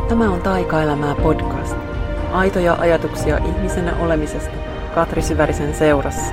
Tämä on Taikaelämää podcast. Aitoja ajatuksia ihmisenä olemisesta Katri Syvärisen seurassa.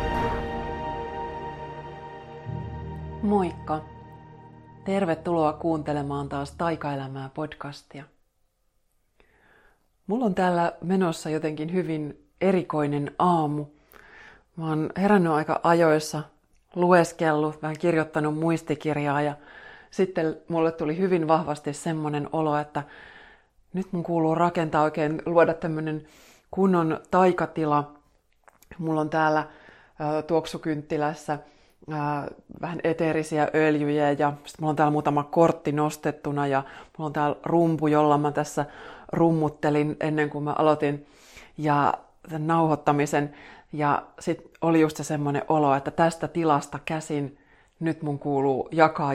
Moikka! Tervetuloa kuuntelemaan taas Taikaelämää podcastia. Mulla on täällä menossa jotenkin hyvin erikoinen aamu. Mä oon herännyt aika ajoissa, lueskellut, vähän kirjoittanut muistikirjaa ja sitten mulle tuli hyvin vahvasti semmoinen olo, että nyt mun kuuluu rakentaa oikein, luoda tämmönen kunnon taikatila. Mulla on täällä tuoksukynttilässä vähän eteerisiä öljyjä ja sitten mulla on täällä muutama kortti nostettuna ja mulla on täällä rumpu, jolla mä tässä rummuttelin ennen kuin mä aloitin ja sen nauhoittamisen. Ja sitten oli just se semmoinen olo, että tästä tilasta käsin nyt mun kuuluu jakaa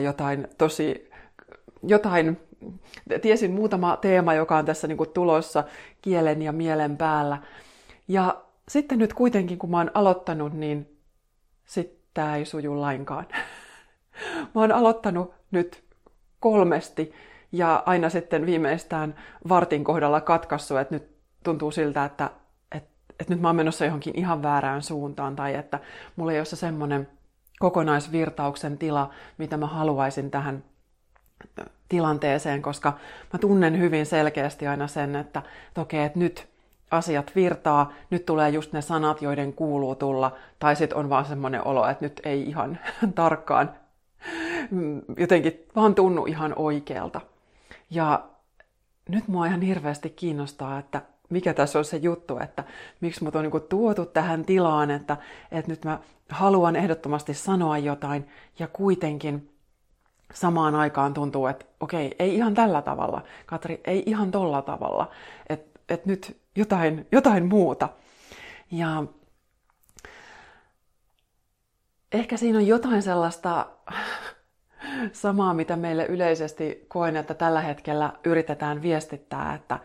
tiesin muutama teema, joka on tässä niinku tulossa kielen ja mielen päällä. Ja sitten nyt kuitenkin, kun mä oon aloittanut, niin sitten tää ei suju lainkaan. Mä oon aloittanut nyt 3 ja aina sitten viimeistään vartin kohdalla katkaissut, että nyt tuntuu siltä, että nyt mä oon menossa johonkin ihan väärään suuntaan tai että mulla ei ole se semmoinen kokonaisvirtauksen tila, mitä mä haluaisin tähän tilanteeseen, koska mä tunnen hyvin selkeästi aina sen, että okei, että nyt asiat virtaa, nyt tulee just ne sanat, joiden kuuluu tulla, tai sitten on vaan semmoinen olo, että nyt ei ihan tarkkaan jotenkin vaan tunnu ihan oikealta. Ja nyt mua ihan hirveästi kiinnostaa, että mikä tässä on se juttu, että miksi mut on niinku tuotu tähän tilaan, että nyt mä haluan ehdottomasti sanoa jotain ja kuitenkin samaan aikaan tuntuu, että okei, ei ihan tällä tavalla, Katri, ei ihan tolla tavalla, että nyt jotain muuta. Ja ehkä siinä on jotain sellaista samaa, mitä meille yleisesti koen, että tällä hetkellä yritetään viestittää, että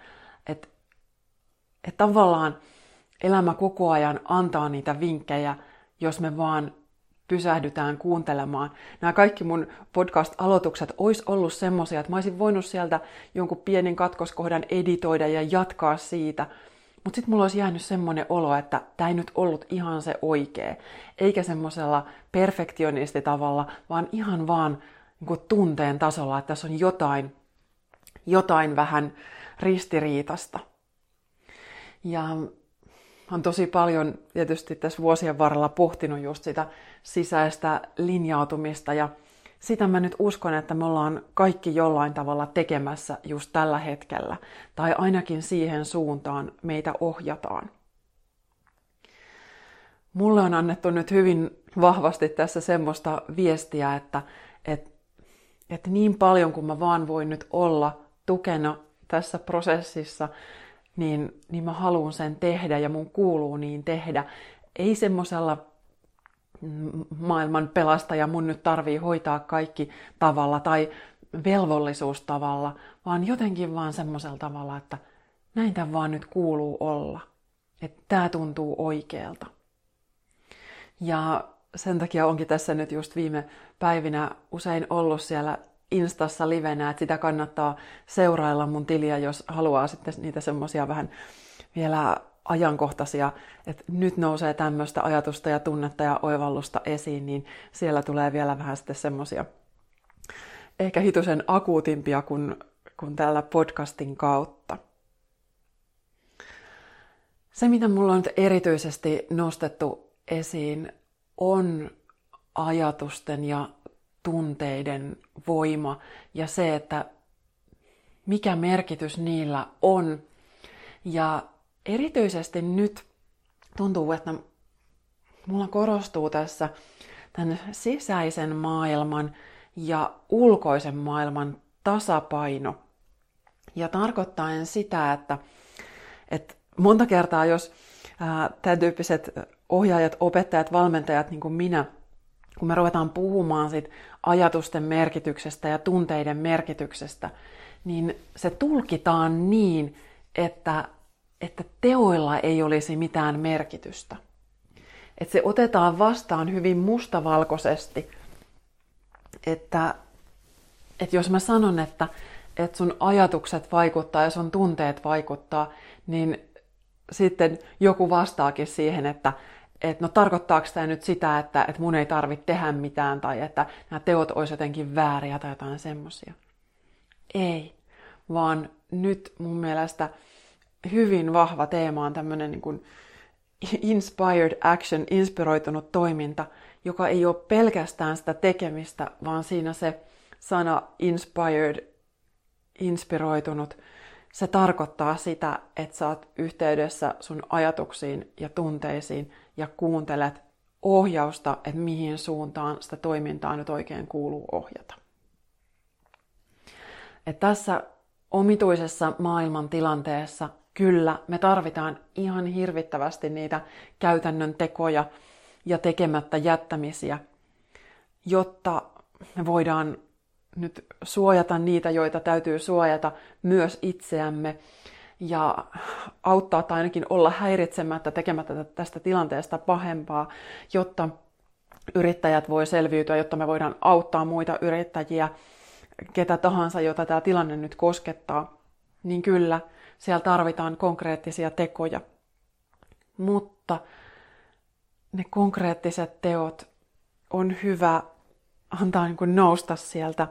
tavallaan elämä koko ajan antaa niitä vinkkejä, jos me vaan pysähdytään kuuntelemaan. Nämä kaikki mun podcast-aloitukset olisi ollut semmoisia, että mä olisin voinut sieltä jonkun pienen katkoskohdan editoida ja jatkaa siitä. Mutta sitten mulla olisi jäänyt semmoinen olo, että tämä ei nyt ollut ihan se oikea. Eikä semmoisella perfektionistitavalla, vaan ihan vaan niin tunteen tasolla, että tässä on jotain vähän ristiriitasta. Ja olen tosi paljon tietysti tässä vuosien varrella pohtinut just sitä sisäistä linjautumista ja sitä mä nyt uskon, että me ollaan kaikki jollain tavalla tekemässä just tällä hetkellä. Tai ainakin siihen suuntaan meitä ohjataan. Mulle on annettu nyt hyvin vahvasti tässä semmoista viestiä, että niin paljon kuin mä vaan voin nyt olla tukena tässä prosessissa, niin mä haluan sen tehdä ja mun kuuluu niin tehdä. Ei semmosella maailman pelastaja mun nyt tarvii hoitaa kaikki tavalla tai velvollisuustavalla, vaan jotenkin vaan semmosella tavalla, että näin tämän vaan nyt kuuluu olla. Että tää tuntuu oikealta. Ja sen takia onkin tässä nyt just viime päivinä usein ollut siellä Instassa livenä, että sitä kannattaa seurailla mun tiliä, jos haluaa sitten niitä semmosia vähän vielä ajankohtaisia, että nyt nousee tämmöistä ajatusta ja tunnetta ja oivallusta esiin, niin siellä tulee vielä vähän sitten semmosia ehkä hitusen akuutimpia kuin täällä podcastin kautta. Se, mitä mulla on nyt erityisesti nostettu esiin, on ajatusten ja tunteiden voima ja se, että mikä merkitys niillä on. Ja erityisesti nyt tuntuu, että mulla korostuu tässä tämän sisäisen maailman ja ulkoisen maailman tasapaino. Ja tarkoittaen sitä, että monta kertaa jos tämän tyyppiset ohjaajat, opettajat, valmentajat niin kuin minä, kun me ruvetaan puhumaan siitä ajatusten merkityksestä ja tunteiden merkityksestä, niin se tulkitaan niin, että teoilla ei olisi mitään merkitystä. Että se otetaan vastaan hyvin mustavalkoisesti, että jos mä sanon, että että sun ajatukset vaikuttaa ja sun tunteet vaikuttaa, niin sitten joku vastaakin siihen, että no tarkoittaako tämä nyt sitä, että mun ei tarvitse tehdä mitään tai että nämä teot olisi jotenkin vääriä tai jotain semmoisia. Ei, vaan nyt mun mielestä hyvin vahva teema on tämmöinen niin kuin inspired action, inspiroitunut toiminta, joka ei ole pelkästään sitä tekemistä, vaan siinä se sana inspired, inspiroitunut, se tarkoittaa sitä, että sä oot yhteydessä sun ajatuksiin ja tunteisiin ja kuuntelet ohjausta, että mihin suuntaan sitä toimintaa nyt oikein kuuluu ohjata. Et tässä omituisessa maailman tilanteessa kyllä me tarvitaan ihan hirvittävästi niitä käytännön tekoja ja tekemättä jättämisiä, jotta me voidaan nyt suojata niitä, joita täytyy suojata, myös itseämme ja auttaa tai ainakin olla häiritsemättä, tekemättä tästä tilanteesta pahempaa, jotta yrittäjät voi selviytyä, jotta me voidaan auttaa muita yrittäjiä, ketä tahansa, jota tämä tilanne nyt koskettaa, niin kyllä siellä tarvitaan konkreettisia tekoja. Mutta ne konkreettiset teot on hyvä antaa niin kuin nousta sieltä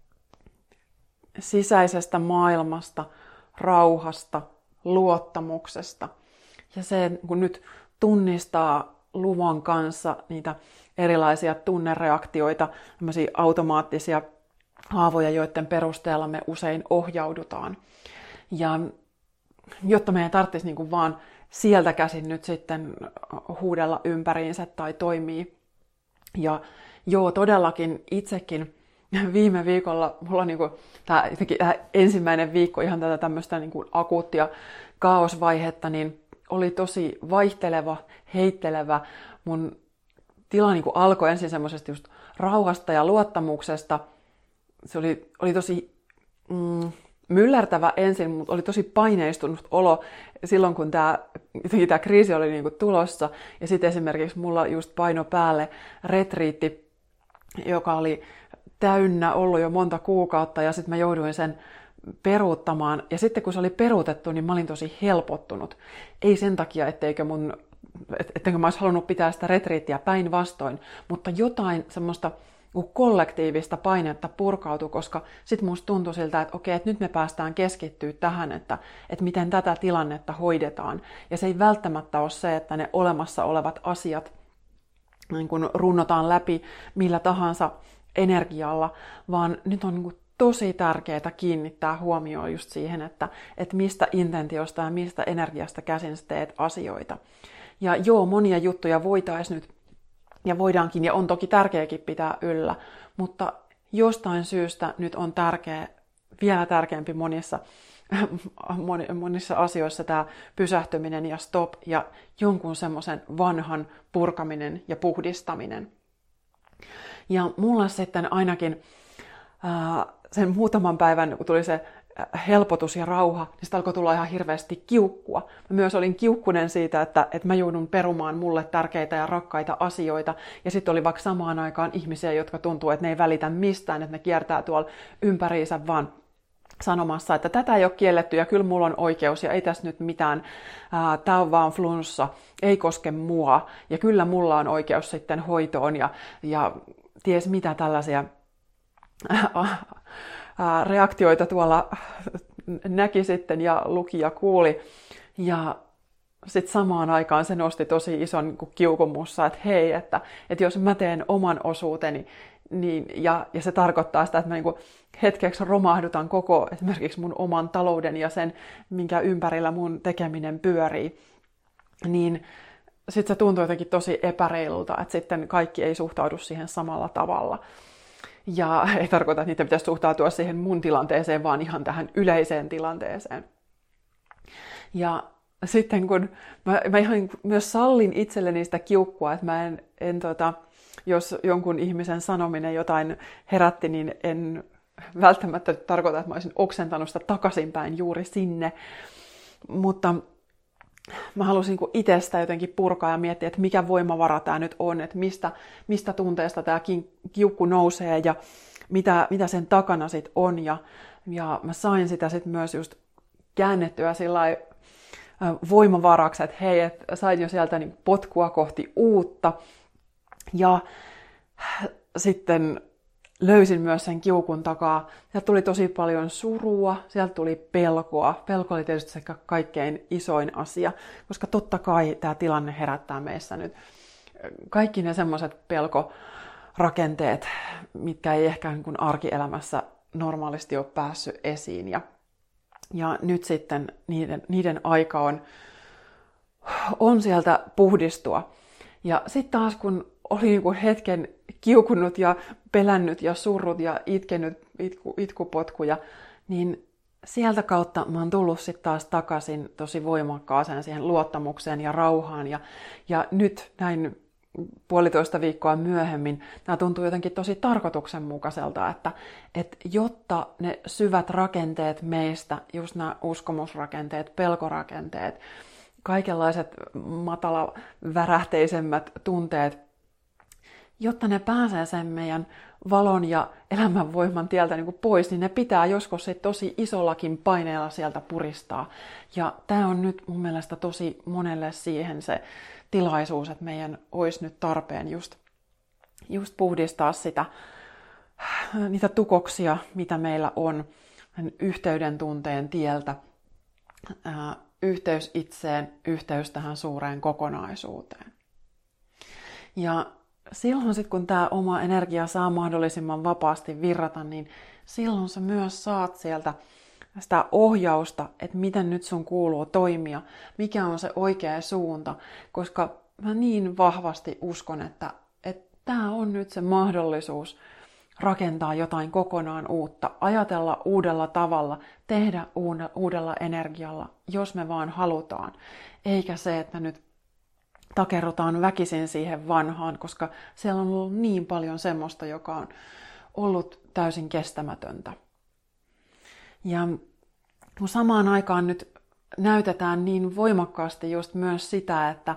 sisäisestä maailmasta, rauhasta, luottamuksesta. Ja se kun nyt tunnistaa luvan kanssa niitä erilaisia tunnereaktioita, tämmöisiä automaattisia haavoja, joiden perusteella me usein ohjaudutaan. Ja jotta meidän tarvitsisi niin kuin vaan sieltä käsin nyt sitten huudella ympäriinsä tai toimii. Ja joo, todellakin itsekin viime viikolla, mulla on niin kuin tämä ensimmäinen viikko ihan tätä tämmöistä niin kuin akuuttia kaosvaihetta, niin oli tosi vaihteleva, heittelevä. Mun tila niin kuin alkoi ensin semmoisesta just rauhasta ja luottamuksesta. Se oli tosi myllertävä ensin, mutta oli tosi paineistunut olo silloin, kun tämä kriisi oli niin kuin tulossa. Ja sitten esimerkiksi mulla just paino päälle retriitti, joka oli täynnä ollut jo monta kuukautta, ja sitten mä jouduin sen peruuttamaan. Ja sitten kun se oli peruutettu, niin mä olin tosi helpottunut. Ei sen takia, etteikö mä olisi halunnut pitää sitä retriittiä päinvastoin, mutta jotain semmoista kollektiivista painetta purkautui, koska sitten musta tuntui siltä, että okei, että nyt me päästään keskittyä tähän, että miten tätä tilannetta hoidetaan. Ja se ei välttämättä ole se, että ne olemassa olevat asiat niin kun runnotaan läpi millä tahansa energialla, vaan nyt on niin kun tosi tärkeää kiinnittää huomioon just siihen, että mistä intentiosta ja mistä energiasta käsin sä teet asioita. Ja joo, monia juttuja voitaisiin nyt ja voidaankin, ja on toki tärkeäkin pitää yllä, mutta jostain syystä nyt on vielä tärkeämpi monissa asioissa tämä pysähtyminen ja stop ja jonkun semmoisen vanhan purkaminen ja puhdistaminen. Ja mulla sitten ainakin sen muutaman päivän, kun tuli se helpotus ja rauha, niin sitä alkoi tulla ihan hirveästi kiukkua. Mä myös olin kiukkunen siitä, että mä joudun perumaan mulle tärkeitä ja rakkaita asioita. Ja sitten oli vaikka samaan aikaan ihmisiä, jotka tuntuu, että ne ei välitä mistään, että ne kiertää tuolla ympäriinsä vaan sanomassa, että tätä ei ole kielletty ja kyllä mulla on oikeus ja ei tässä nyt mitään, tää on vaan flunssa, ei koske mua ja kyllä mulla on oikeus sitten hoitoon ja ties mitä tällaisia reaktioita tuolla näki sitten ja luki ja kuuli. Ja sitten samaan aikaan se nosti tosi ison kiukun mussa, että hei, että jos mä teen oman osuuteni, niin, ja se tarkoittaa sitä, että mä niin hetkeksi romahdutan koko esimerkiksi mun oman talouden ja sen, minkä ympärillä mun tekeminen pyörii, niin sitten se tuntuu jotenkin tosi epäreilulta, että sitten kaikki ei suhtaudu siihen samalla tavalla. Ja ei tarkoita, että niitä pitäisi suhtautua siihen mun tilanteeseen, vaan ihan tähän yleiseen tilanteeseen. Ja sitten kun mä ihan myös sallin itselleni sitä kiukkua, että mä jos jonkun ihmisen sanominen jotain herätti, niin en välttämättä tarkoita, että mä olisin oksentanut sitä takaisinpäin juuri sinne. Mutta mä halusin itsestä jotenkin purkaa ja miettiä, että mikä voimavara tämä nyt on, että mistä tunteesta tämä kiukku nousee ja mitä sen takana sit on. Ja Ja mä sain sitä sitten myös just käännettyä sillai voimavaraksi, että hei, että sain jo sieltä niin potkua kohti uutta. Ja sitten löysin myös sen kiukun takaa. Sieltä tuli tosi paljon surua, sieltä tuli pelkoa. Pelko oli tietysti se kaikkein isoin asia, koska totta kai tämä tilanne herättää meissä nyt kaikki ne semmoiset pelkorakenteet, mitkä ei ehkä niin kuin arkielämässä normaalisti ole päässyt esiin. Ja nyt sitten niiden aika on sieltä puhdistua. Ja sitten taas kun oli niin kuin hetken kiukunnut ja pelännyt ja surrut ja itkenyt itkupotkuja, niin sieltä kautta mä oon tullut sitten taas takaisin tosi voimakkaaseen siihen luottamukseen ja rauhaan. Ja nyt näin 1,5 viikkoa myöhemmin tämä tuntuu jotenkin tosi tarkoituksenmukaiselta, että jotta ne syvät rakenteet meistä, just nämä uskomusrakenteet, pelkorakenteet, kaikenlaiset matalavärähteisemmät tunteet, jotta ne pääsee sen meidän valon ja elämänvoiman tieltä niin kuin pois, niin ne pitää joskus sit tosi isollakin paineella sieltä puristaa. Ja tämä on nyt mun mielestä tosi monelle siihen se tilaisuus, että meidän olisi nyt tarpeen just puhdistaa niitä tukoksia, mitä meillä on yhteyden tunteen tieltä, yhteys itseen, yhteys tähän suureen kokonaisuuteen. Ja silloin sitten, kun tämä oma energia saa mahdollisimman vapaasti virrata, niin silloin sä myös saat sieltä sitä ohjausta, että miten nyt sun kuuluu toimia, mikä on se oikea suunta, koska mä niin vahvasti uskon, että tämä on nyt se mahdollisuus rakentaa jotain kokonaan uutta, ajatella uudella tavalla, tehdä uudella energialla, jos me vaan halutaan, eikä se, että nyt takerrutaan väkisin siihen vanhaan, koska siellä on ollut niin paljon semmoista, joka on ollut täysin kestämätöntä. Ja kun samaan aikaan nyt näytetään niin voimakkaasti just myös sitä, että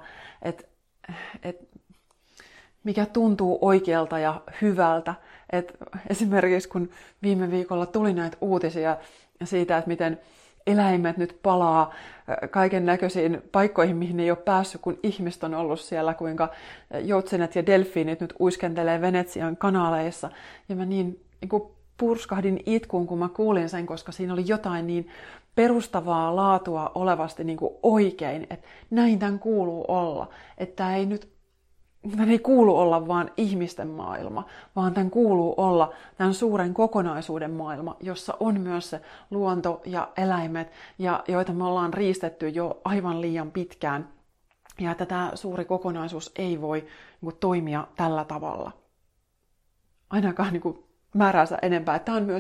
mikä tuntuu oikealta ja hyvältä. Et esimerkiksi kun viime viikolla tuli näitä uutisia siitä, että miten eläimet nyt palaa kaiken näköisiin paikkoihin, mihin ne ei ole päässyt, kun ihmiset on ollut siellä, kuinka joutsenet ja delfiinit nyt uiskentelee Venetsian kanaaleissa. Ja mä niin kuin purskahdin itkuun, kun mä kuulin sen, koska siinä oli jotain niin perustavaa laatua olevasti niin kuin oikein, että näin tämän kuuluu olla. Että tämän ei kuulu olla vaan ihmisten maailma, vaan tämän kuuluu olla tämän suuren kokonaisuuden maailma, jossa on myös se luonto ja eläimet, joita me ollaan riistetty jo aivan liian pitkään. Ja että tämä suuri kokonaisuus ei voi niin kuin toimia tällä tavalla. Ainakaan niin kuin määräänsä enempää.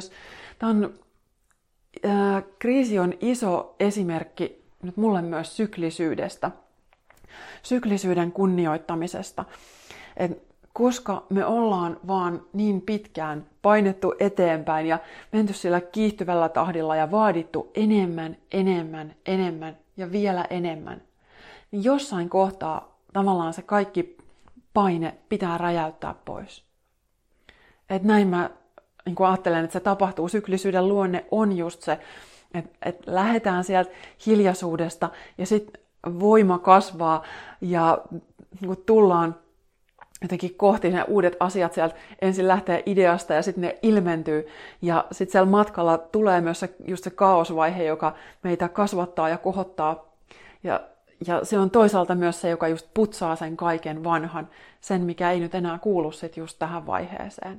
Kriisi on iso esimerkki nyt mulle myös syklisyydestä. Syklisyyden kunnioittamisesta. Koska me ollaan vaan niin pitkään painettu eteenpäin ja menty sillä kiihtyvällä tahdilla ja vaadittu enemmän ja vielä enemmän, niin jossain kohtaa tavallaan se kaikki paine pitää räjäyttää pois. Näin mä niin ajattelen, että se tapahtuu. Syklisyyden luonne on just se, että lähdetään sieltä hiljaisuudesta ja sitten voima kasvaa ja niin tullaan jotenkin kohti ne uudet asiat sieltä. Ensin lähtee ideasta ja sitten ne ilmentyy. Ja sitten siellä matkalla tulee myös just se kaosvaihe, joka meitä kasvattaa ja kohottaa. Ja se on toisaalta myös se, joka just putsaa sen kaiken vanhan, sen mikä ei nyt enää kuulu sit just tähän vaiheeseen.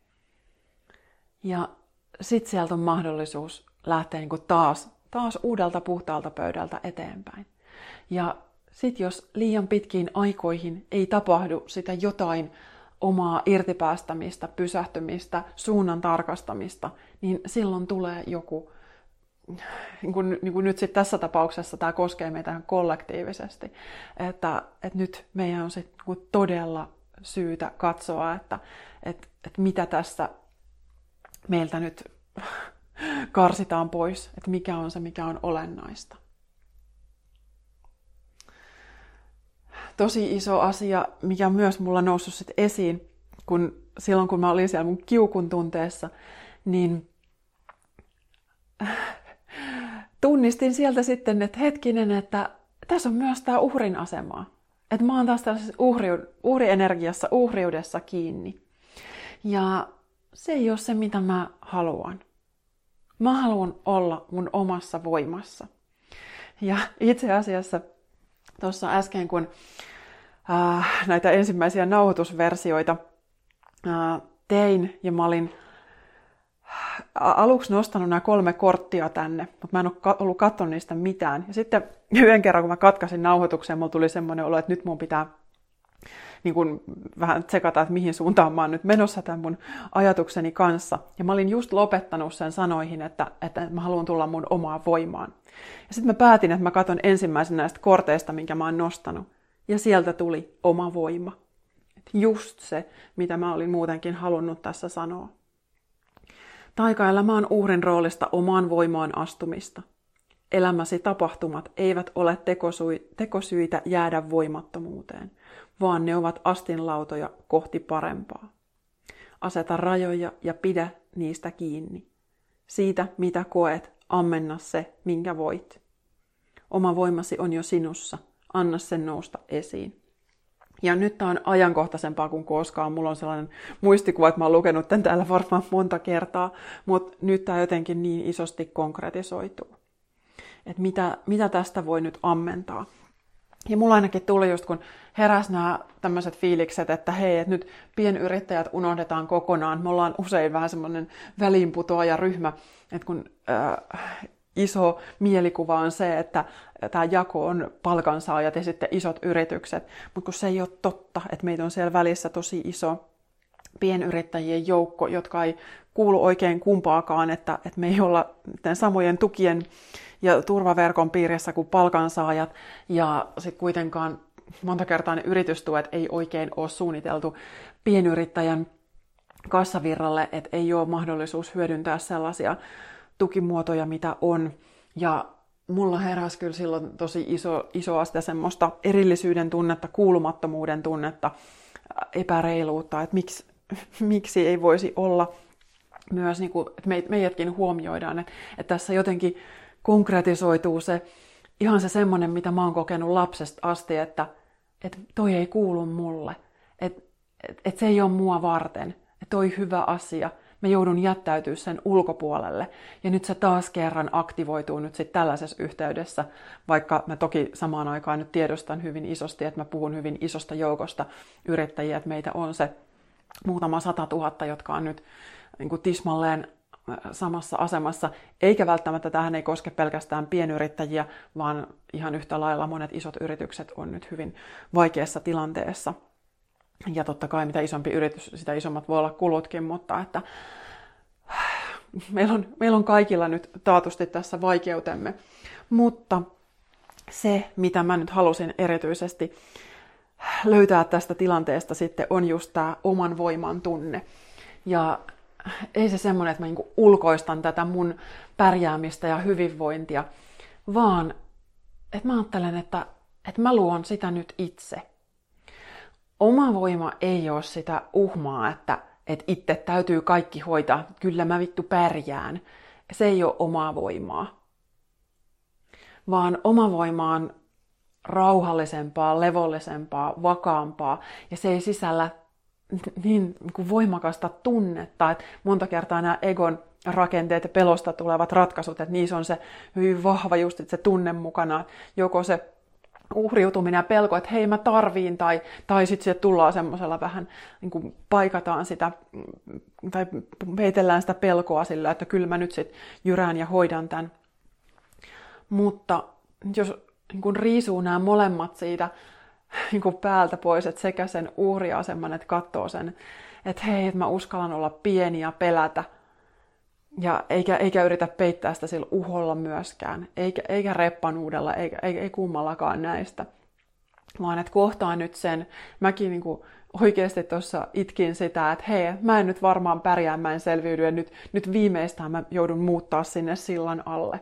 Ja sitten sieltä on mahdollisuus lähteä niin kuin taas uudelta puhtaalta pöydältä eteenpäin. Ja sitten jos liian pitkiin aikoihin ei tapahdu sitä jotain omaa irtipäästämistä, pysähtymistä, suunnan tarkastamista, niin silloin tulee joku, niin kuin nyt sitten tässä tapauksessa tämä koskee meitä kollektiivisesti, että nyt meidän on sitten todella syytä katsoa, että mitä tässä meiltä nyt karsitaan pois, että mikä on se, mikä on olennaista. Tosi iso asia, mikä myös mulla noussut sit esiin, silloin kun mä olin siellä mun kiukun tunteessa, niin tunnistin sieltä sitten, että hetkinen, että tässä on myös tämä uhrin asemaa. Että mä oon taas tällaisessa uhrienergiassa, uhriudessa kiinni. Ja se ei ole se, mitä mä haluan. Mä haluan olla mun omassa voimassa. Ja itse asiassa tuossa äsken, kun näitä ensimmäisiä nauhoitusversioita tein, ja mä olin aluksi nostanut nämä 3 korttia tänne, mutta mä en ole ollut katsonut niistä mitään. Ja sitten yhden kerran, kun mä katkasin nauhoituksen, mulla tuli semmoinen olo, että nyt mun pitää niin kun vähän tsekata, että mihin suuntaan mä oon nyt menossa tämän mun ajatukseni kanssa. Ja mä olin just lopettanut sen sanoihin, että mä haluan tulla mun omaan voimaan. Ja sitten mä päätin, että mä katson ensimmäisen näistä korteista, minkä mä oon nostanut. Ja sieltä tuli oma voima. Just se, mitä mä olin muutenkin halunnut tässä sanoa. Taikaelämä on uhrin roolista omaan voimaan astumista. Elämäsi tapahtumat eivät ole tekosyitä jäädä voimattomuuteen, vaan ne ovat astinlautoja kohti parempaa. Aseta rajoja ja pidä niistä kiinni. Siitä, mitä koet, ammenna se, minkä voit. Oma voimasi on jo sinussa. Anna sen nousta esiin. Ja nyt tämä on ajankohtaisempaa kuin koskaan. Mulla on sellainen muistikuva, että mä oon lukenut tämän täällä varmaan monta kertaa, mutta nyt tämä jotenkin niin isosti konkretisoituu. Että mitä tästä voi nyt ammentaa. Ja mulla ainakin tuli just, kun heräsi nämä tämmöiset fiilikset, että hei, että nyt pienyrittäjät unohdetaan kokonaan. Me ollaan usein vähän semmoinen väliinputoajaryhmä, että kun iso mielikuva on se, että tämä jako on palkansaajat ja sitten isot yritykset, mutta kun se ei ole totta, että meitä on siellä välissä tosi iso pienyrittäjien joukko, jotka ei kuulu oikein kumpaakaan, että me ei olla samojen tukien ja turvaverkon piirissä kuin palkansaajat, ja sitten kuitenkaan monta kertaa ne yritystuet ei oikein ole suunniteltu pienyrittäjän kassavirralle, että ei ole mahdollisuus hyödyntää sellaisia tukimuotoja, mitä on. Ja mulla heräsi kyllä silloin tosi iso aste semmoista erillisyyden tunnetta, kuulumattomuuden tunnetta, epäreiluutta, että miksi ei voisi olla myös, niin kuin, että meidätkin huomioidaan, että tässä jotenkin konkretisoituu se ihan se semmoinen, mitä mä oon kokenut lapsesta asti, että toi ei kuulu mulle, että se ei ole mua varten, että toi hyvä asia, mä joudun jättäytyä sen ulkopuolelle. Ja nyt se taas kerran aktivoituu nyt sitten tällaisessa yhteydessä, vaikka mä toki samaan aikaan nyt tiedostan hyvin isosti, että mä puhun hyvin isosta joukosta yrittäjiä, että meitä on se muutama 100 000, jotka on nyt niin kuin tismalleen samassa asemassa, eikä välttämättä tähän ei koske pelkästään pienyrittäjiä, vaan ihan yhtä lailla monet isot yritykset on nyt hyvin vaikeassa tilanteessa. Ja totta kai mitä isompi yritys, sitä isommat voi olla kulutkin, mutta että meillä on kaikilla nyt taatusti tässä vaikeutemme. Mutta se, mitä mä nyt halusin erityisesti löytää tästä tilanteesta sitten, on just tämä oman voiman tunne. Ja ei se semmoinen, että mä niinku ulkoistan tätä mun pärjäämistä ja hyvinvointia, vaan että mä ajattelen, että mä luon sitä nyt itse. Oma voima ei ole sitä uhmaa, että itse täytyy kaikki hoitaa, kyllä mä vittu pärjään. Se ei ole omaa voimaa. Vaan oma voima on rauhallisempaa, levollisempaa, vakaampaa, ja se ei sisällä niin voimakasta tunnetta, että monta kertaa nämä egon rakenteet ja pelosta tulevat ratkaisut, että niissä on se hyvin vahva just se tunne mukana, joko se uhriutuminen ja pelko, että hei mä tarviin, tai sitten sieltä tullaan semmoisella vähän, niin kuin paikataan sitä, tai peitellään sitä pelkoa sillä, että kyllä mä nyt sitten jyrään ja hoidan tämän. Mutta jos niin kuin riisuu nämä molemmat siitä niin kuin päältä pois, että sekä sen uhriaseman, että katsoo sen, että hei, että mä uskallan olla pieni ja pelätä, ja eikä yritä peittää sitä sillä uholla myöskään, eikä reppanuudella, ei kummallakaan näistä. Vaan että kohtaan nyt sen, mäkin niin kuin oikeasti tuossa itkin sitä, että hei, mä en nyt varmaan pärjää, mä en selviydy, ja nyt viimeistään mä joudun muuttaa sinne sillan alle.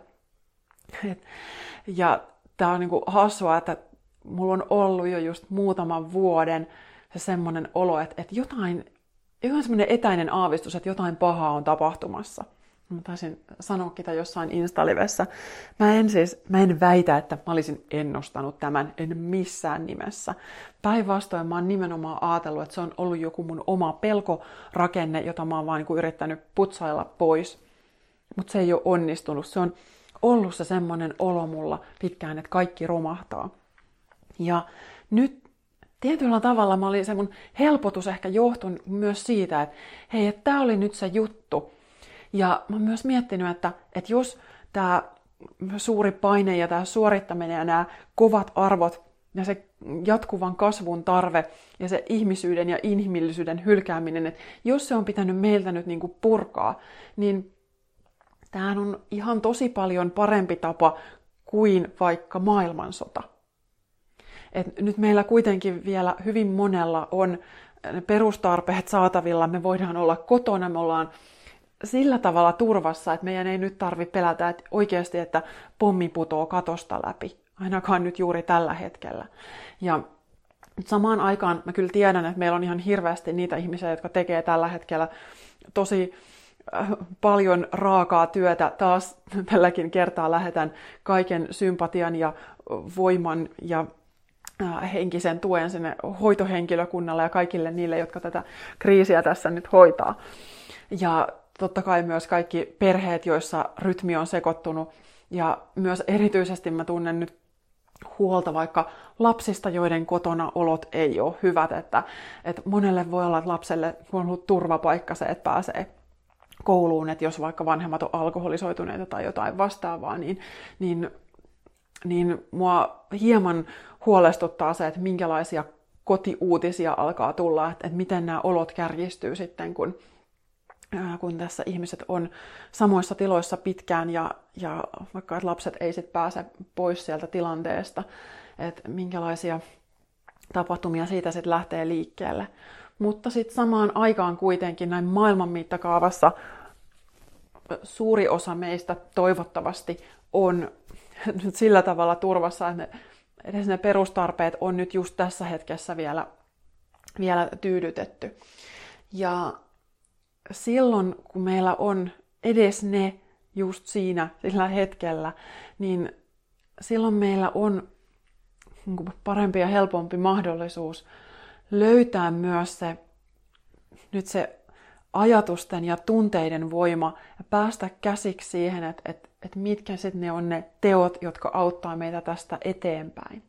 Ja tää on niin kuin hassua, että mulla on ollut jo just muutaman vuoden se semmoinen olo, että jotain semmoinen etäinen aavistus, että jotain pahaa on tapahtumassa. Mä taisin sanoakin tätä jossain Insta-livessä. Mä en väitä, että mä olisin ennustanut tämän, en missään nimessä. Päinvastoin mä oon nimenomaan ajatellut, että se on ollut joku mun oma pelkorakenne, jota mä oon vaan niin yrittänyt putsailla pois. Mutta se ei ole onnistunut. Se on ollut se semmoinen olo mulla pitkään, että kaikki romahtaa. Ja nyt tietyllä tavalla se mun helpotus ehkä johtui myös siitä, että hei, että tää oli nyt se juttu. Ja mä oon myös miettinyt, että jos tämä suuri paine ja tämä suorittaminen ja nämä kovat arvot ja se jatkuvan kasvun tarve ja se ihmisyyden ja inhimillisyyden hylkääminen, että jos se on pitänyt meiltä nyt niin kuin purkaa, niin tämähän on ihan tosi paljon parempi tapa kuin vaikka maailmansota. Et nyt meillä kuitenkin vielä hyvin monella on ne perustarpeet saatavilla, me voidaan olla kotona, me ollaan sillä tavalla turvassa, että meidän ei nyt tarvitse pelätä että oikeasti, että pommi putoo katosta läpi. Ainakaan nyt juuri tällä hetkellä. Ja samaan aikaan mä kyllä tiedän, että meillä on ihan hirveästi niitä ihmisiä, jotka tekee tällä hetkellä tosi paljon raakaa työtä. Taas tälläkin kertaa lähetän kaiken sympatian ja voiman ja henkisen tuen sinne hoitohenkilökunnalle ja kaikille niille, jotka tätä kriisiä tässä nyt hoitaa. Ja totta kai myös kaikki perheet, joissa rytmi on sekoittunut. Ja myös erityisesti mä tunnen nyt huolta vaikka lapsista, joiden kotona olot ei ole hyvät. Että monelle voi olla, että lapselle on ollut turvapaikka se, että pääsee kouluun. Että jos vaikka vanhemmat on alkoholisoituneita tai jotain vastaavaa, niin mua hieman huolestuttaa se, että minkälaisia kotiuutisia alkaa tulla. Että miten nämä olot kärjistyy sitten, kun tässä ihmiset on samoissa tiloissa pitkään ja vaikka että lapset ei sit pääse pois sieltä tilanteesta, että minkälaisia tapahtumia siitä sitten lähtee liikkeelle. Mutta sitten samaan aikaan kuitenkin näin maailman mittakaavassa suuri osa meistä toivottavasti on nyt sillä tavalla turvassa, että edes ne perustarpeet on nyt just tässä hetkessä vielä tyydytetty. Ja silloin, kun meillä on edes ne just sillä hetkellä, niin silloin meillä on parempi ja helpompi mahdollisuus löytää myös se ajatusten ja tunteiden voima ja päästä käsiksi siihen, että mitkä sitten ne on ne teot, jotka auttaa meitä tästä eteenpäin.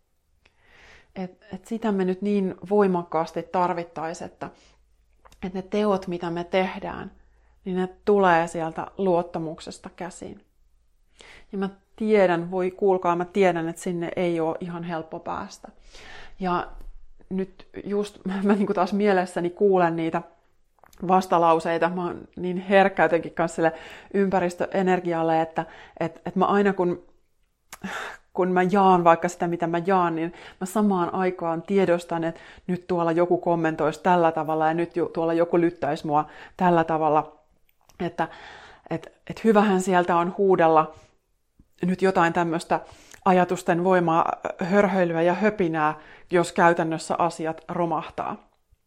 Et sitä me nyt niin voimakkaasti tarvittaisiin, että ne teot, mitä me tehdään, niin ne tulee sieltä luottamuksesta käsin. Ja mä tiedän, mä tiedän, että sinne ei ole ihan helppo päästä. Ja nyt just mä niin kuin taas mielessäni kuulen niitä vastalauseita. Mä oon niin herkkä jotenkin kanssa sille ympäristöenergialle, että mä aina kun mä jaan vaikka sitä, mitä mä jaan, niin mä samaan aikaan tiedostan, että nyt tuolla joku kommentoisi tällä tavalla ja nyt tuolla joku lyttäisi mua tällä tavalla. Että hyvähän sieltä on huudella nyt jotain tämmöistä ajatusten voimaa, hörhöilyä ja höpinää, jos käytännössä asiat romahtaa.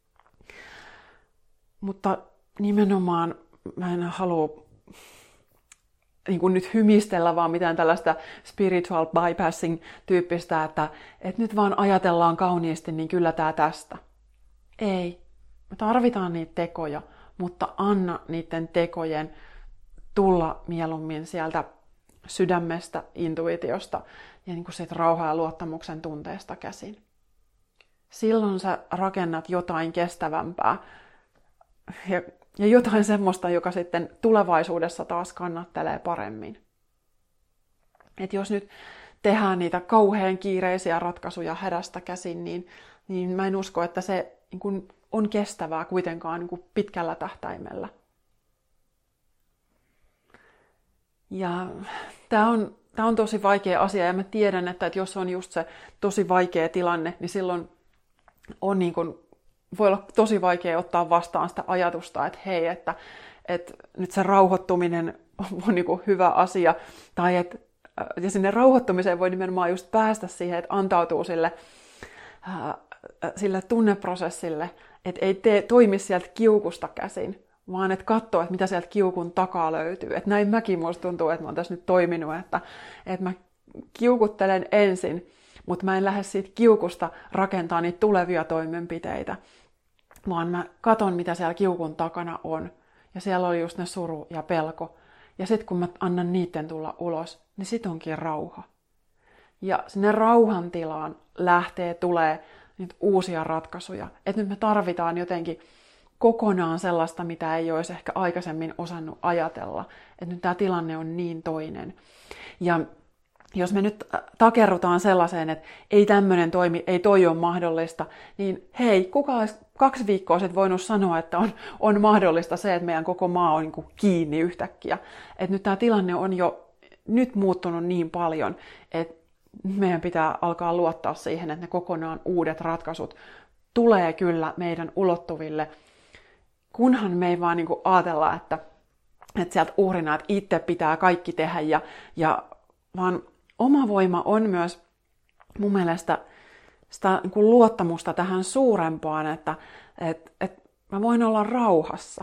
Mutta nimenomaan mä en halua niin kuin nyt hymistellä, vaan mitään tällaista spiritual bypassing-tyyppistä, että nyt vaan ajatellaan kauniisti, niin kyllä tää tästä. Ei. Me tarvitaan niitä tekoja, mutta anna niiden tekojen tulla mieluummin sieltä sydämestä, intuitiosta ja niin kuin siitä rauhaa ja luottamuksen tunteesta käsin. Silloin sä rakennat jotain kestävämpää ja jotain semmoista, joka sitten tulevaisuudessa taas kannattelee paremmin. Et jos nyt tehdään niitä kauhean kiireisiä ratkaisuja hädästä käsin, niin mä en usko, että se niin kuin on kestävää kuitenkaan niin kuin pitkällä tähtäimellä. Ja tämä on tosi vaikea asia ja mä tiedän, että jos on just se tosi vaikea tilanne, niin silloin on niin kuin, voi olla tosi vaikea ottaa vastaan sitä ajatusta, että hei, että nyt se rauhoittuminen on niin kuin hyvä asia. Ja sinne rauhoittumiseen voi nimenomaan just päästä siihen, että antautuu sille tunneprosessille, että ei toimi sieltä kiukusta käsin, vaan että katsoo, että mitä sieltä kiukun takaa löytyy. Että näin mäkin musta tuntuu, että mä oon tässä nyt toiminut, että mä kiukuttelen ensin, mutta mä en lähde siitä kiukusta rakentaa niitä tulevia toimenpiteitä, vaan mä katon, mitä siellä kiukun takana on. Ja siellä oli just ne suru ja pelko. Ja sitten kun mä annan niiden tulla ulos, niin sit onkin rauha. Ja sinne rauhan tilaan tulee niitä uusia ratkaisuja. Että nyt me tarvitaan jotenkin kokonaan sellaista, mitä ei olisi ehkä aikaisemmin osannut ajatella. Että nyt tämä tilanne on niin toinen. Ja jos me nyt takerrutaan sellaiseen, että ei tämmöinen toimi, ei toi ole mahdollista, niin hei, kuka olisi 2 viikkoa sitten voinut sanoa, että on mahdollista se, että meidän koko maa on niin kuin kiinni yhtäkkiä. Että nyt tämä tilanne on jo nyt muuttunut niin paljon, että meidän pitää alkaa luottaa siihen, että ne kokonaan uudet ratkaisut tulee kyllä meidän ulottuville, kunhan me ei vaan niin kuin ajatella, että sieltä uhrina, että itse pitää kaikki tehdä, vaan oma voima on myös mun mielestä sitä niin kuin luottamusta tähän suurempaan, että mä voin olla rauhassa.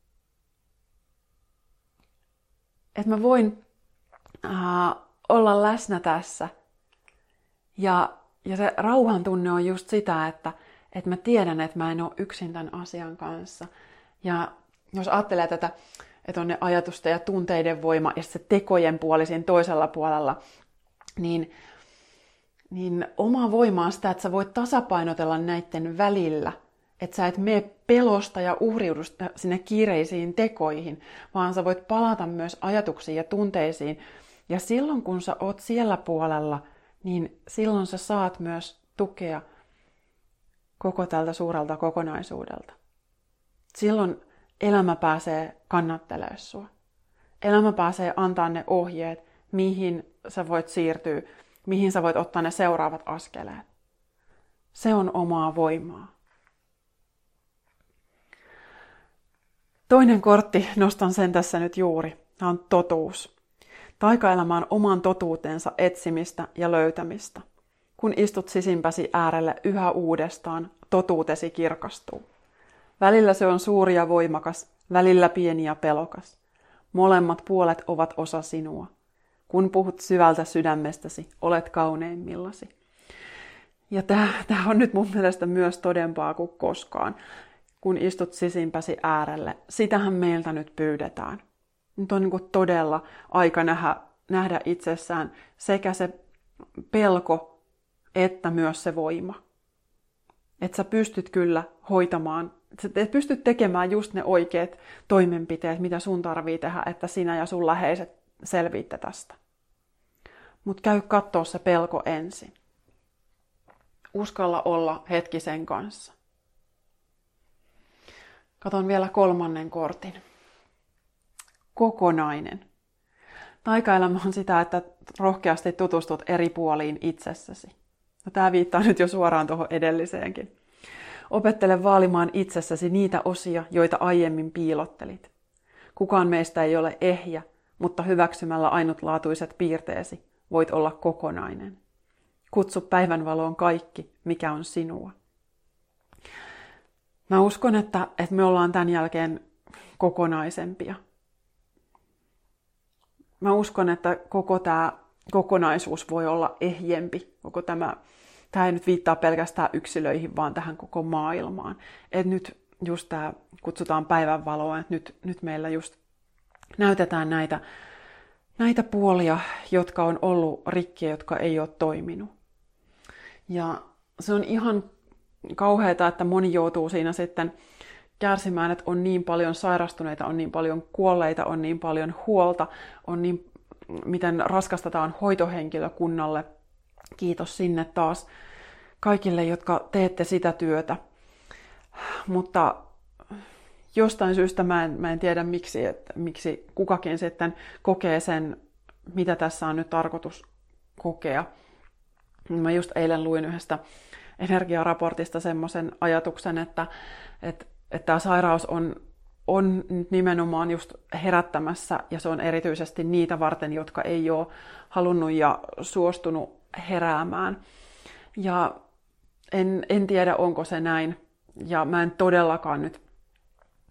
Että mä voin olla läsnä tässä. Ja se rauhan tunne on just sitä, että mä tiedän, että mä en ole yksin tämän asian kanssa. Ja jos ajattelee tätä, että on ne ajatusten ja tunteiden voima ja se tekojen puoli siinä toisella puolella, niin oma voima on sitä, että sä voit tasapainotella näiden välillä. Että sä et mene pelosta ja uhriudu sinne kiireisiin tekoihin, vaan sä voit palata myös ajatuksiin ja tunteisiin. Ja silloin kun sä oot siellä puolella, niin silloin sä saat myös tukea koko tältä suurelta kokonaisuudelta. Silloin elämä pääsee kannattelemaan sua. Elämä pääsee antaa ne ohjeet, mihin sä voit siirtyä, mihin sä voit ottaa ne seuraavat askeleet. Se on omaa voimaa. Toinen kortti, nostan sen tässä nyt juuri, tämä on totuus. Taikaelämä on oman totuutensa etsimistä ja löytämistä. Kun istut sisimpäsi äärelle yhä uudestaan, totuutesi kirkastuu. Välillä se on suuri ja voimakas, välillä pieni ja pelokas. Molemmat puolet ovat osa sinua. Kun puhut syvältä sydämestäsi, olet kauneimmillasi. Ja tämä on nyt mun mielestä myös todempaa kuin koskaan, kun istut sisimpäsi äärelle. Sitähän meiltä nyt pyydetään. Nyt on niin kuin todella aika nähdä itsessään sekä se pelko että myös se voima. Että sä pystyt kyllä hoitamaan, sä pystyt tekemään just ne oikeat toimenpiteet, mitä sun tarvii tehdä, että sinä ja sun läheiset selviitte tästä. Mutta käy kattoo se pelko ensin. Uskalla olla hetki sen kanssa. Katon vielä 3. kortin. Kokonainen. Taikaelämä on sitä, että rohkeasti tutustut eri puoliin itsessäsi. No, tämä viittaa nyt jo suoraan tuohon edelliseenkin. Opettele vaalimaan itsessäsi niitä osia, joita aiemmin piilottelit. Kukaan meistä ei ole ehjä, mutta hyväksymällä ainutlaatuiset piirteesi voit olla kokonainen. Kutsu päivänvaloon kaikki, mikä on sinua. Mä uskon, että me ollaan tämän jälkeen kokonaisempia. Mä uskon, että koko tämä kokonaisuus voi olla ehjempi. Koko tämä ei nyt viittaa pelkästään yksilöihin, vaan tähän koko maailmaan. Että nyt just tämä kutsutaan päivänvaloa, että nyt meillä just näytetään näitä puolia, jotka on ollut rikkiä, jotka ei ole toiminut. Ja se on ihan kauheata, että moni joutuu siinä sitten kärsimään, että on niin paljon sairastuneita, on niin paljon kuolleita, on niin paljon huolta, on niin, miten raskasta tämä on hoitohenkilökunnalle. Kiitos sinne taas kaikille, jotka teette sitä työtä. Mutta jostain syystä mä en tiedä miksi kukakin sitten kokee sen, mitä tässä on nyt tarkoitus kokea. Mä just eilen luin yhdestä energiaraportista semmoisen ajatuksen, että tämä sairaus on nimenomaan just herättämässä, ja se on erityisesti niitä varten, jotka ei ole halunnut ja suostunut heräämään. Ja en tiedä, onko se näin, ja mä en todellakaan nyt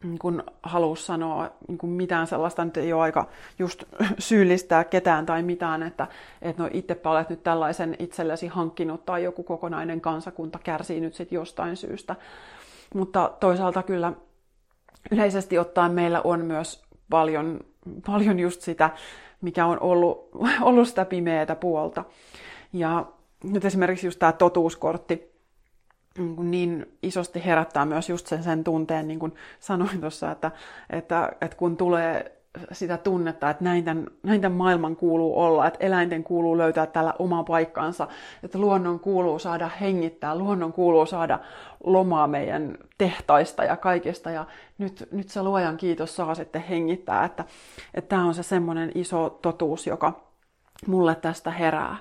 kun halus sanoa niin mitään sellaista, nyt ei ole aika just syyllistää ketään tai mitään, että no itsepä olet nyt tällaisen itsellesi hankkinut tai joku kokonainen kansakunta kärsii nyt sitten jostain syystä. Mutta toisaalta kyllä yleisesti ottaen meillä on myös paljon just sitä, mikä on ollut sitä pimeätä puolta. Ja nyt esimerkiksi just tämä totuuskortti niin isosti herättää myös just sen tunteen, niin kuin sanoin tuossa, että kun tulee sitä tunnetta, että näin tämän maailman kuuluu olla, että eläinten kuuluu löytää täällä oma paikkansa, että luonnon kuuluu saada hengittää, luonnon kuuluu saada lomaa meidän tehtaista ja kaikesta, ja nyt se luojan kiitos saa sitten hengittää, että tämä on se semmoinen iso totuus, joka mulle tästä herää.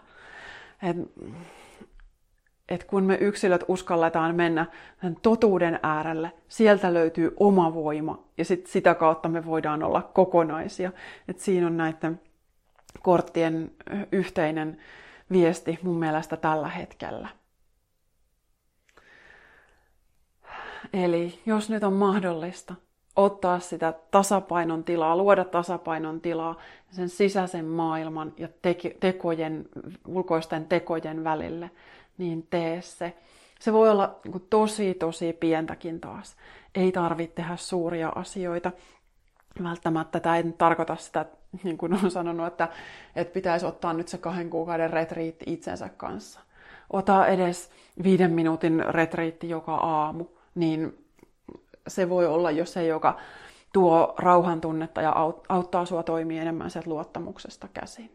Että kun me yksilöt uskalletaan mennä totuuden äärelle, sieltä löytyy oma voima ja sitä kautta me voidaan olla kokonaisia. Että siinä on näiden korttien yhteinen viesti mun mielestä tällä hetkellä. Eli jos nyt on mahdollista ottaa sitä tasapainon tilaa, luoda tasapainon tilaa sen sisäisen maailman ja ulkoisten tekojen välille, niin tee se. Se voi olla tosi pientäkin taas. Ei tarvitse tehdä suuria asioita. Välttämättä tämä ei tarkoita sitä, niin kuin olen sanonut, että pitäisi ottaa nyt se 2 kuukauden retriitti itsensä kanssa. Ota edes 5 minuutin retriitti joka aamu, niin se voi olla jo se, joka tuo rauhan tunnetta ja auttaa sua toimia enemmän sieltä luottamuksesta käsin.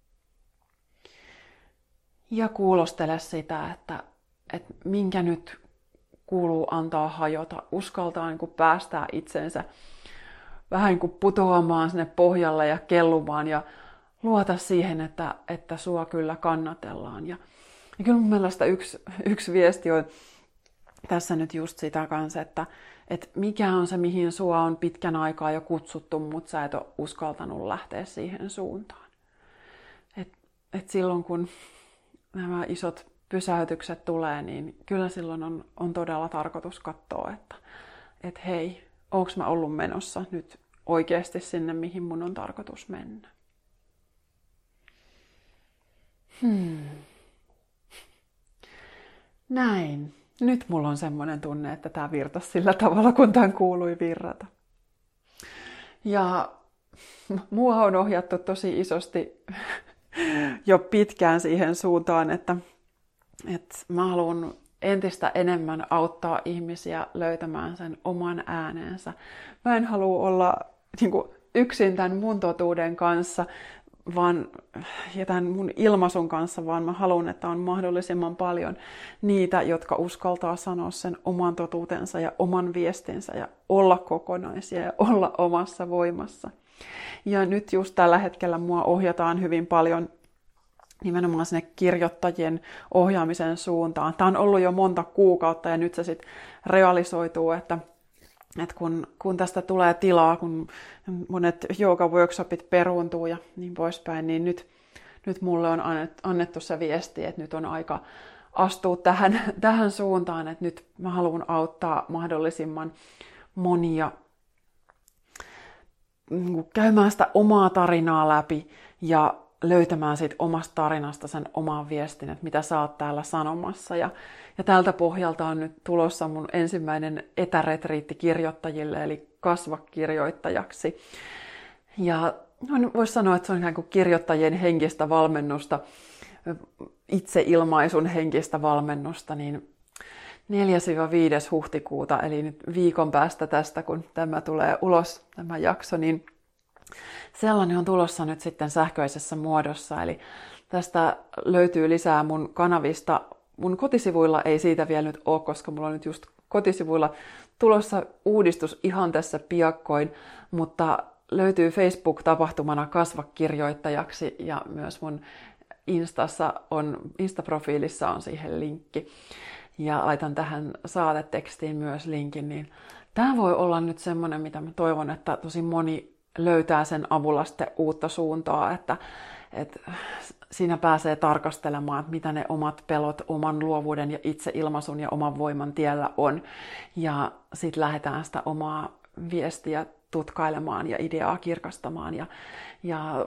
Ja kuulostele sitä, että minkä nyt kuuluu antaa hajota. Uskaltaa niin kuin päästää itsensä vähän niin kuin putoamaan sinne pohjalle ja kellumaan ja luota siihen, että sua kyllä kannatellaan. Ja kyllä mun mielestä yksi viesti on tässä nyt just sitä kanssa, että mikä on se, mihin sua on pitkän aikaa jo kutsuttu, mutta sä et ole uskaltanut lähteä siihen suuntaan. Et silloin kun nämä isot pysäytykset tulee, niin kyllä silloin on todella tarkoitus katsoa, että hei, onko mä ollut menossa nyt oikeasti sinne, mihin mun on tarkoitus mennä. Näin. Nyt mulla on semmoinen tunne, että tämä virtasi sillä tavalla, kun tämän kuului virrata. Ja mua on ohjattu tosi isosti jo pitkään siihen suuntaan, että mä haluan entistä enemmän auttaa ihmisiä löytämään sen oman äänensä. Mä en halua olla niin kuin yksin tämän mun totuuden kanssa ja tämän mun ilmaisun kanssa, vaan mä haluan, että on mahdollisimman paljon niitä, jotka uskaltaa sanoa sen oman totuutensa ja oman viestinsä ja olla kokonaisia ja olla omassa voimassa. Ja nyt just tällä hetkellä mua ohjataan hyvin paljon nimenomaan sinne kirjoittajien ohjaamisen suuntaan. Tämä on ollut jo monta kuukautta ja nyt se sitten realisoituu, että kun tästä tulee tilaa, kun monet jooga-workshopit peruuntuu ja niin poispäin, niin nyt mulle on annettu se viesti, että nyt on aika astua tähän suuntaan, että nyt mä haluan auttaa mahdollisimman monia käymään sitä omaa tarinaa läpi ja löytämään siitä omasta tarinasta sen oman viestin, että mitä sä oot täällä sanomassa. Ja tältä pohjalta on nyt tulossa mun ensimmäinen etäretriitti kirjoittajille, eli kasva kirjoittajaksi. Ja voisi sanoa, että se on ikään kuin kirjoittajien henkistä valmennusta, itseilmaisun henkistä valmennusta, niin 4-5. huhtikuuta, eli nyt viikon päästä tästä, kun tämä tulee ulos, tämä jakso, niin sellainen on tulossa nyt sitten sähköisessä muodossa. Eli tästä löytyy lisää mun kanavista. Mun kotisivuilla ei siitä vielä nyt ole, koska mulla on nyt just kotisivuilla tulossa uudistus ihan tässä piakkoin, mutta löytyy Facebook-tapahtumana Kasva kirjoittajaksi ja myös mun Insta-profiilissa on siihen linkki. Ja laitan tähän saatetekstiin myös linkin, niin tämä voi olla nyt semmoinen, mitä mä toivon, että tosi moni löytää sen avulla sitten uutta suuntaa, että siinä pääsee tarkastelemaan, että mitä ne omat pelot oman luovuuden ja itseilmaisun ja oman voiman tiellä on. Ja sitten lähdetään sitä omaa viestiä tutkailemaan ja ideaa kirkastamaan ja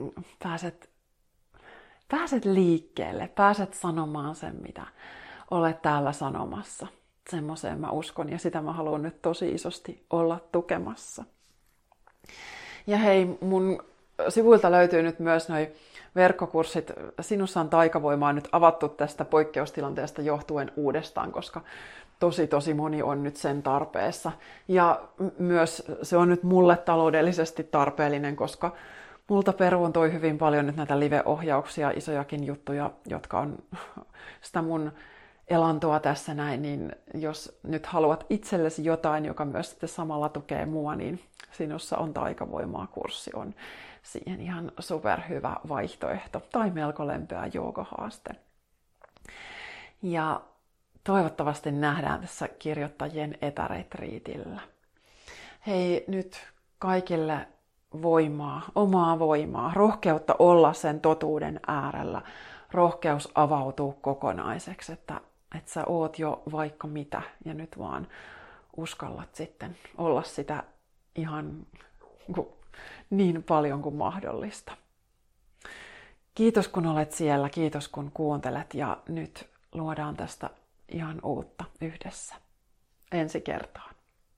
pääset liikkeelle, pääset sanomaan sen, mitä olet täällä sanomassa. Semmoiseen mä uskon ja sitä mä haluan nyt tosi isosti olla tukemassa. Ja hei, mun sivuilta löytyy nyt myös noi verkkokurssit. Sinussa on taikavoimaa nyt avattu tästä poikkeustilanteesta johtuen uudestaan, koska tosi moni on nyt sen tarpeessa. Ja myös se on nyt mulle taloudellisesti tarpeellinen, koska multa peruuntui hyvin paljon nyt näitä live-ohjauksia, isojakin juttuja, jotka on sitä mun elantoa tässä näin, niin jos nyt haluat itsellesi jotain, joka myös sitten samalla tukee mua, niin Sinussa on taikavoimaa -kurssi on siihen ihan superhyvä vaihtoehto tai melko lempeä joogahaaste. Ja toivottavasti nähdään tässä kirjoittajien etäretriitillä. Hei, nyt kaikille voimaa, omaa voimaa, rohkeutta olla sen totuuden äärellä, rohkeus avautuu kokonaiseksi, että sä oot jo vaikka mitä ja nyt vaan uskallat sitten olla sitä ihan niin paljon kuin mahdollista. Kiitos kun olet siellä, kiitos kun kuuntelet ja nyt luodaan tästä ihan uutta yhdessä. Ensi kertaan.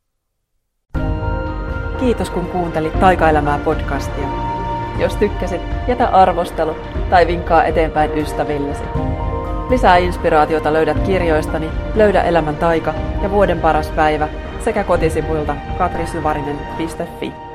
Kiitos kun kuuntelit Taikaelämää podcastia. Jos tykkäsit, jätä arvostelu tai vinkkaa eteenpäin ystävillesi. Lisää inspiraatiota löydät kirjoistani Löydä elämän taika ja Vuoden paras päivä sekä kotisivuilta katrisyvarinen.fi.